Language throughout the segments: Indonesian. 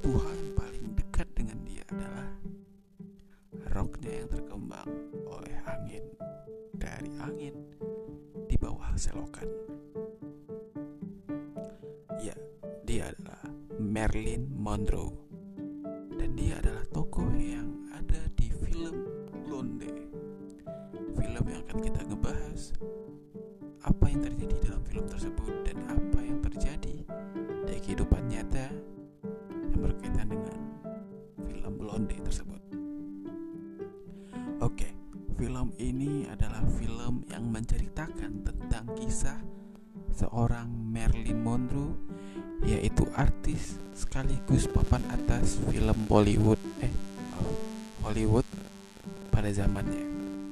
Tuhan paling dekat dengan dia adalah roknya yang terkembang oleh angin, dari angin di bawah selokan. Ya, dia adalah Marilyn Monroe, dan dia adalah tokoh yang ada di film Blonde. Film yang akan kita ngebahas apa yang terjadi dalam film tersebut dan apa yang terjadi dari kehidupan nyata yang berkaitan dengan film Blonde tersebut. Oke, film ini adalah film yang menceritakan tentang kisah seorang Marilyn Monroe, yaitu artis sekaligus papan atas film Hollywood pada zamannya.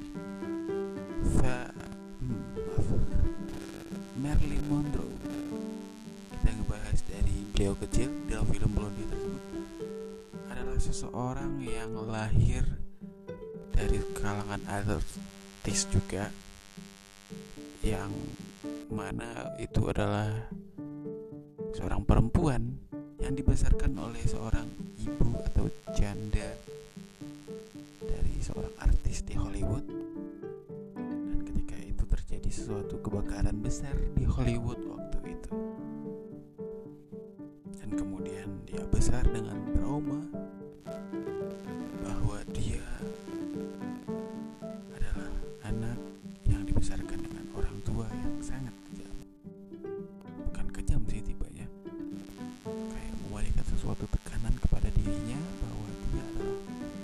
Marilyn Monroe, kita ngebahas dari beliau kecil dalam film Blonde tersebut, adalah seseorang yang lahir dari kalangan artis juga, yang mana itu adalah seorang perempuan yang dibesarkan oleh seorang ibu atau janda dari seorang artis di Hollywood. Dan ketika itu terjadi sesuatu kebakaran besar di Hollywood waktu itu, dan kemudian dia besar dengan trauma bahwa dia adalah anak yang dibesarkan dengan orang tua yang sangat kejam. Bukan kejam sih tibanya, kayak memberikan sesuatu tekanan kepada dirinya bahwa dia adalah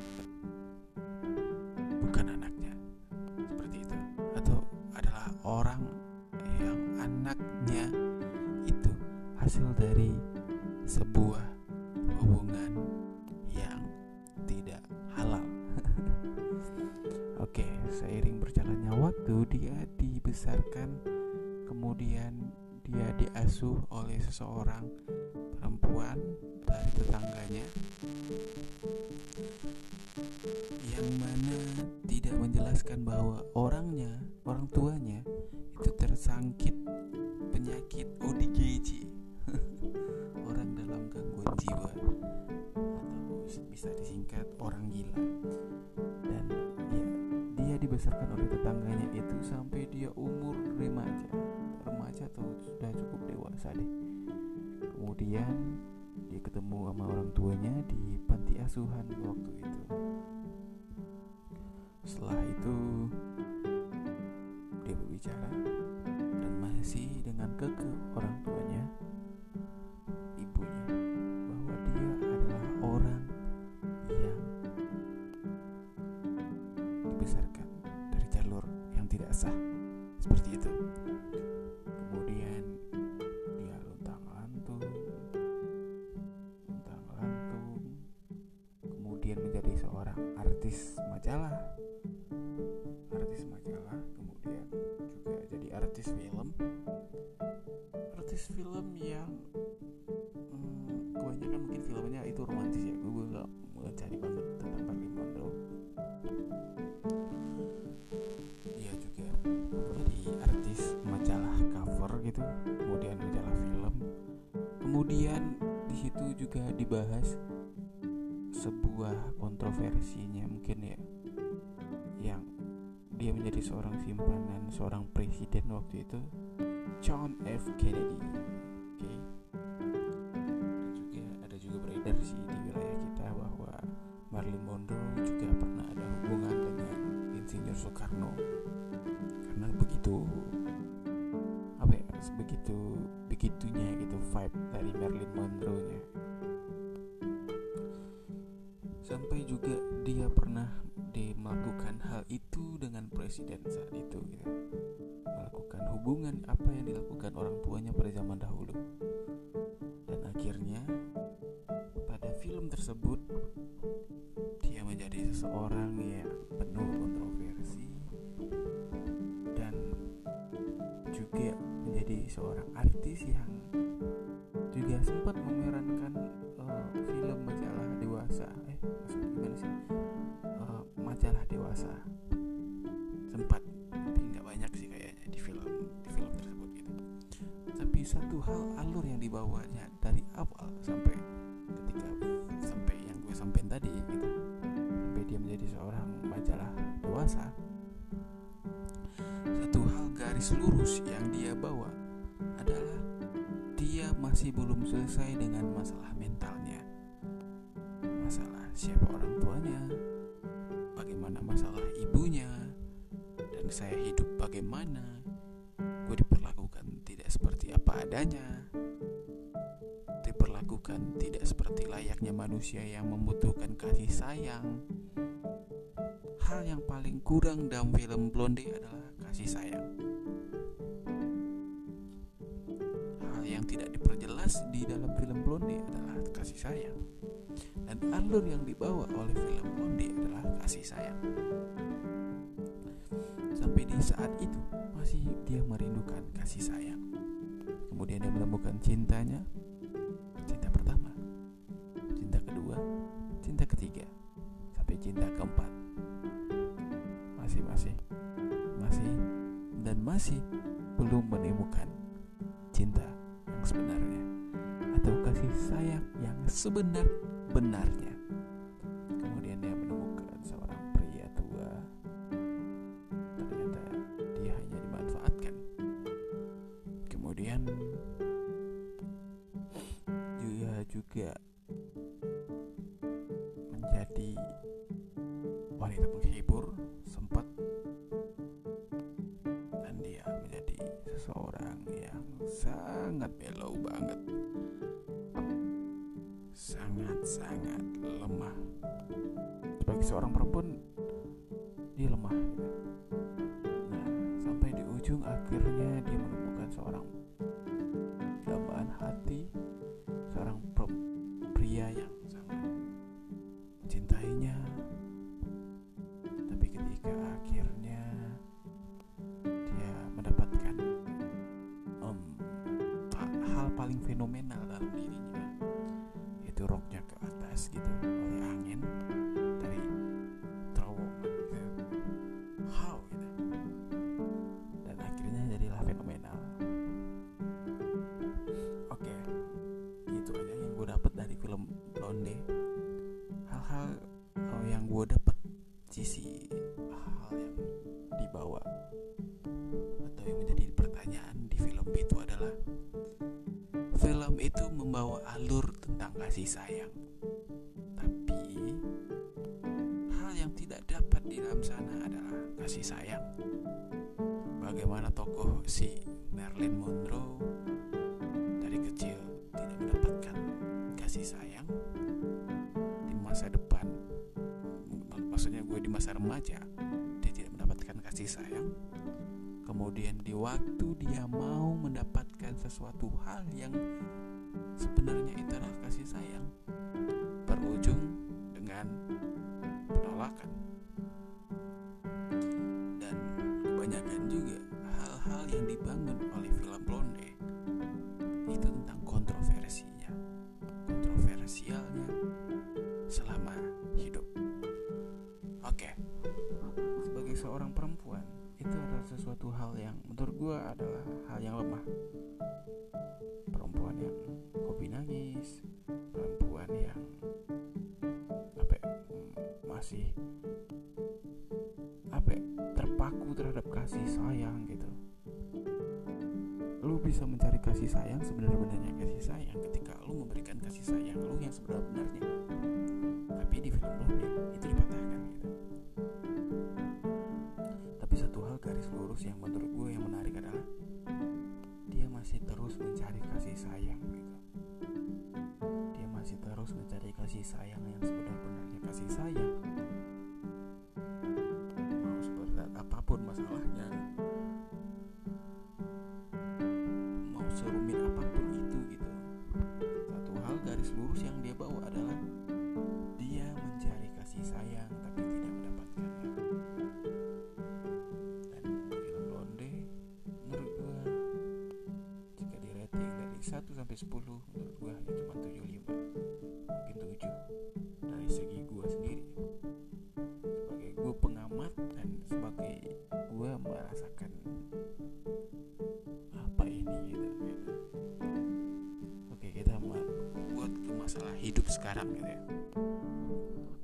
bukan anaknya, seperti itu, atau adalah orang yang anaknya itu hasil dari sebuah hubungan yang tidak halal. Oke, seiring berjalannya waktu dia dibesarkan, kemudian dia diasuh oleh seseorang perempuan dari tetangganya, yang mana tidak menjelaskan bahwa orang tuanya itu tersangkit penyakit ODGJ, orang dalam gangguan jiwa, atau bisa disingkat orang gila. Dan ya, dia dibesarkan oleh tetangganya itu sampai dia umur remaja atau sudah cukup dewasa deh. Kemudian dia ketemu sama orang tuanya di panti asuhan waktu itu. Setelah itu dia berbicara dan masih dengan kekeh orang tuanya, ibunya, bahwa dia adalah orang yang dibesarkan dari jalur yang tidak sah, seperti itu. Kemudian dia luntang-lantung, kemudian menjadi seorang artis majalah, kemudian juga jadi artis film yang kebanyakan mungkin filmnya itu romantis ya. Gue gak mencari banget tentang Marilyn Monroe. Dia juga jadi artis majalah cover gitu, kemudian majalah film. Kemudian di situ juga dibahas sebuah kontroversinya mungkin ya, yang dia menjadi seorang simpanan seorang presiden waktu itu, John F. Kennedy. Okay. Ada juga beredar sih di wilayah kita bahwa Marilyn Monroe juga pernah ada hubungan dengan Insinyur Soekarno, karena begitunya gitu vibe dari Marilyn Monroe-nya. Sampai juga dia pernah melakukan hal itu dengan presiden saat itu gitu. Melakukan hubungan apa yang dilakukan orang tuanya pada zaman dahulu. Dan akhirnya pada film tersebut dia menjadi seseorang yang penuh kontroversi dan juga menjadi seorang artis yang juga sempat memerankan film majalah dewasa. Majalah dewasa sempat, tapi nggak banyak sih kayaknya di film tersebut gitu. Tapi satu hal, alur yang dibawanya dari awal sampai ketika tadi gitu, sampai dia menjadi seorang majalah dewasa. Satu hal garis lurus yang dia bawa adalah dia masih belum selesai dengan masalah mentalnya, masalah siapa orang tuanya, bagaimana masalah ibunya, dan saya hidup bagaimana. Gue diperlakukan tidak seperti apa adanya, diperlakukan tidak seperti layaknya manusia yang membutuhkan kasih sayang. Hal yang paling kurang dalam film Blonde adalah kasih sayang. Hal yang tidak diperjelas di dalam film Blonde adalah kasih sayang. Dan alur yang dibawa oleh film Blonde adalah kasih sayang. Sampai di saat itu masih dia merindukan kasih sayang. Kemudian dia menemukan cintanya, cinta pertama, cinta kedua, cinta ketiga, sampai cinta keempat. Masih belum menemukan cinta yang sebenarnya atau kasih sayang yang sebenar-benarnya. Kemudian dia menemukan seorang pria tua. Ternyata dia hanya dimanfaatkan. Kemudian dia juga menjadi wanita penghibur sempat, dan dia menjadi seseorang yang sangat mellow banget, sangat lemah. Sebagai seorang perempuan dia lemah gitu. Nah, sampai di ujung akhirnya dia menemukan seorang dambaan hati, seorang pria yang sangat mencintainya. Tapi ketika akhirnya dia mendapatkan hal paling fenomenal dalam dirinya, yaitu roknya ke atas gitu oleh angin dari terowongan gitu. How gitu. Dan akhirnya jadilah fenomenal. Oke, gitu aja yang gue dapat dari film Blonde. Hal-hal yang gue dapat, sisi hal yang dibawa atau yang menjadi pertanyaan di film itu adalah film itu membawa alur tentang kasih sayang, tapi hal yang tidak dapat di dalam sana adalah kasih sayang. Bagaimana tokoh si Marilyn Monroe dari kecil tidak mendapatkan kasih sayang, di masa depan, maksudnya gue di masa remaja, dia tidak mendapatkan kasih sayang. Kemudian di waktu dia mau mendapatkan sesuatu hal yang sebenarnya itu adalah kasih sayang, berujung dengan penolakan. Dan kebanyakan juga hal-hal yang dibangun oleh film Blonde itu tentang kontroversialnya selama hidup. Oke, sebagai seorang perempuan itu adalah sesuatu hal yang menurut gue adalah hal yang lemah. Perempuan yang hobi nangis, perempuan yang masih terpaku terhadap kasih sayang gitu. Lu bisa mencari kasih sayang sebenar-benarnya kasih sayang ketika lu memberikan kasih sayang lu yang sebenar-benarnya. Tapi di film Blonde itu dipatahkan gitu. Tapi satu hal garis lurus yang menurut gue yang menarik adalah dia masih terus mencari kasih sayang gitu. Dia masih terus mencari kasih sayang yang sebenar-benarnya kasih sayang. Mau seberat apapun masalahnya, mau serumit apapun itu gitu. Satu hal garis lurus yang dia bawa adalah dia mencari kasih sayang tapi tidak mendapatkannya. Dan film Blonde menurut gue, jika di rating dari 1 sampai 10, menurut gue hanya cuma 7,5, mungkin 7 dari segi gue sendiri, sebagai gue pengamat dan sebagai gue merasakan apa ini gitu. Oke, kita buat ke masalah hidup sekarang gitu ya.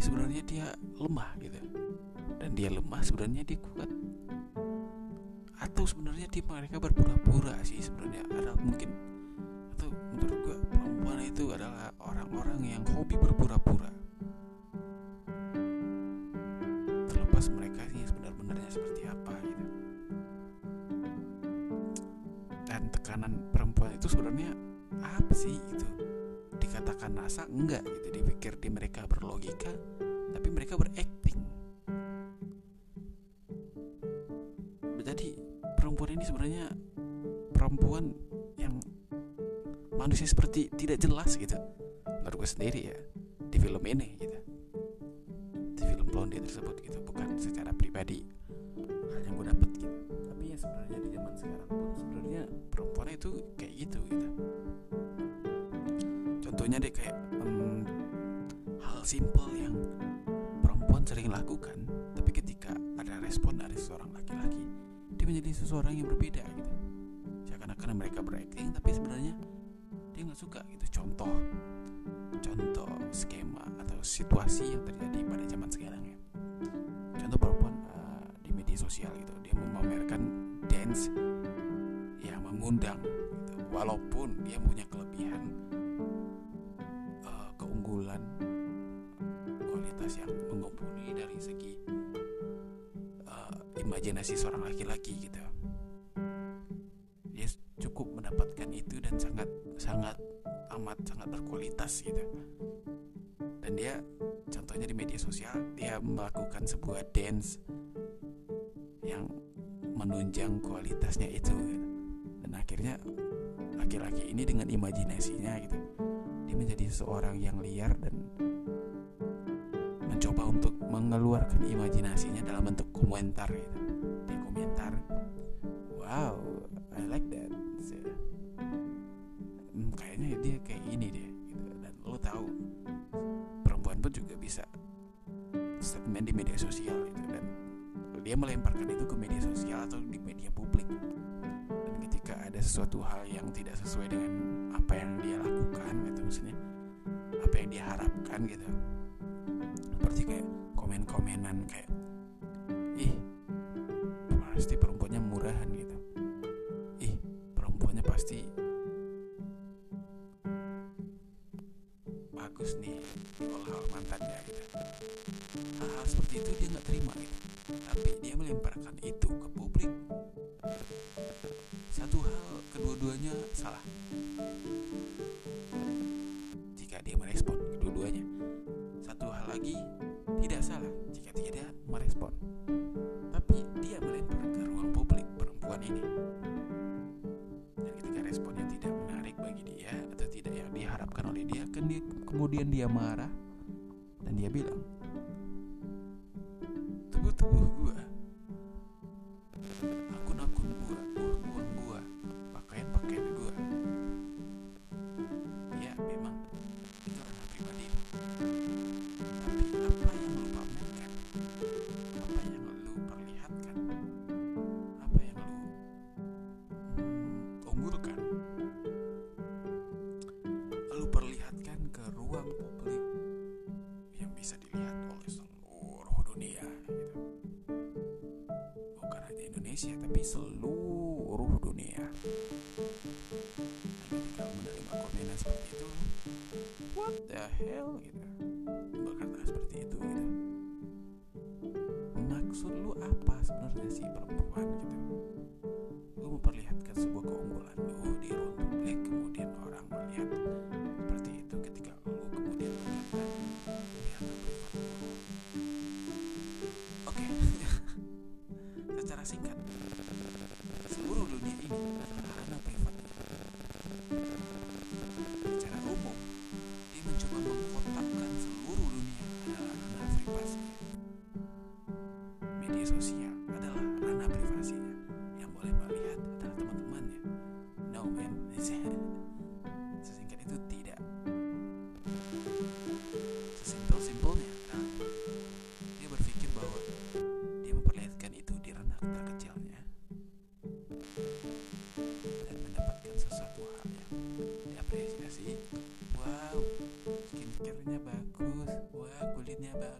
sebenarnya dia lemah gitu, dan dia lemah sebenarnya dia kuat, atau sebenarnya mereka berpura-pura sih sebenarnya. Ada mungkin, atau menurut gue perempuan itu adalah orang-orang yang hobi berpura-pura, terlepas mereka sih sebenarnya seperti apa gitu. Dan tekanan perempuan itu sebenarnya apa sih gitu? Dikatakan rasa enggak gitu, dipikir di mereka berlogika, tapi mereka berakting. Jadi perempuan ini sebenarnya perempuan yang manusia seperti tidak jelas gitu, menurut gue sendiri ya, di film ini gitu, di film Blondie tersebut gitu. Bukan secara pribadi hal yang gue dapet gitu, tapi ya sebenarnya di zaman sekarang pun sebenarnya perempuan itu kayak gitu gitu. Contohnya deh kayak hal simple yang perempuan sering lakukan, tapi ketika ada respon dari seorang laki-laki, dia menjadi seseorang yang berbeda gitu. Seakan-akan mereka berakting, tapi sebenarnya dia nggak suka gitu. Contoh skema atau situasi yang terjadi pada zaman sekarang ya. Contoh perempuan di media sosial gitu, dia memamerkan dance yang mengundang gitu, walaupun dia punya kelebihan, keunggulan, kualitas yang mumpuni dari segi imajinasi seorang laki-laki gitu. Dia cukup mendapatkan itu dan sangat berkualitas gitu. Dan dia contohnya di media sosial, dia melakukan sebuah dance yang menunjang kualitasnya itu gitu. Dan akhirnya laki-laki ini dengan imajinasinya gitu, dia menjadi seorang yang liar dan mencoba untuk mengeluarkan imajinasinya dalam bentuk komentar gitu. Dia komentar, wow, I like that. Kayaknya dia kayak ini deh gitu. Dan lo tahu perempuan pun juga bisa statement di media sosial gitu, dan dia melemparkan itu ke media sosial atau di media publik. Dan ketika ada sesuatu hal yang tidak sesuai dengan apa yang dia lakukan gitu, maksudnya apa yang dia harapkan gitu, seperti kayak komen-komenan kayak, ih pasti perempuannya murahan gitu, ih perempuannya pasti bagus nih olah mantannya gitu. Hal-hal seperti itu dia nggak terima gitu, tapi dia melemparkan itu ke publik. Satu hal, kedua-duanya salah jika dia merespon kedua-duanya. Satu hal lagi, tidak salah jika tidak merespon, tapi dia melempar ke ruang publik perempuan ini. Dan ketika responnya tidak menarik bagi dia atau tidak yang diharapkan oleh dia, kemudian dia marah dan dia bilang, tubuh gua, akun gua, uang gua, pakaian gua. Ya memang itu ranah pribadi, tapi apa yang lu pamerkan, apa yang lu perlihatkan, apa yang lu unggulkan, lu perlihatkan ke ruang publik yang bisa dilihat oleh seluruh dunia gitu. Bukan hanya Indonesia, tapi seluruh dunia. Dan ketika menerima komenan seperti itu, what the hell gitu, berkata seperti itu gitu. Maksud lu apa sebenarnya sih perempuan gitu? Lu memperlihatkan sebuah keunggulan lu di ruang publik, kemudian orang melihat seperti itu. Ketika lu kemudian berkata, lihat privat lu. Oke. Secara singkat, seluruh dunia ini adalah ranah privat. Secara umum, dia mencoba mengkotakkan seluruh dunia adalah ranah privasi. Media sosial adalah ranah privasinya. Yang boleh melihat adalah teman-temannya.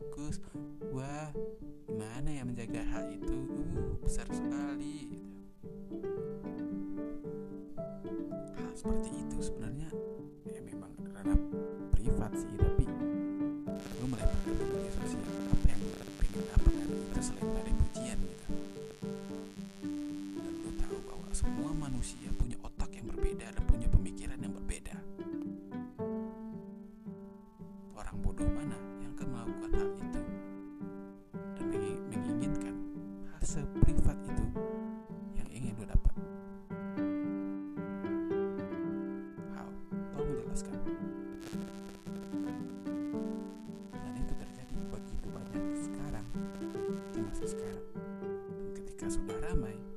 bagus. Wah, gimana ya menjaga hal itu? Besar sekali gitu. Hal seperti itu sebenarnya ya memang ranah privat sih, tapi gue melebarkan ke media sosial. Apa yang pengen dapatkan itu selain dari pujian gitu. Dan lo tahu bahwa semua manusia punya otak yang berbeda dan punya pemikiran yang berbeda. Orang bodoh mana yang akan melakukan hal itu dan menginginkan hal seprivat itu yang ingin lo dapat? How? Tolong jelaskan. Dan itu terjadi begitu banyak sekarang, di masa sekarang. Dan ketika sudah ramai,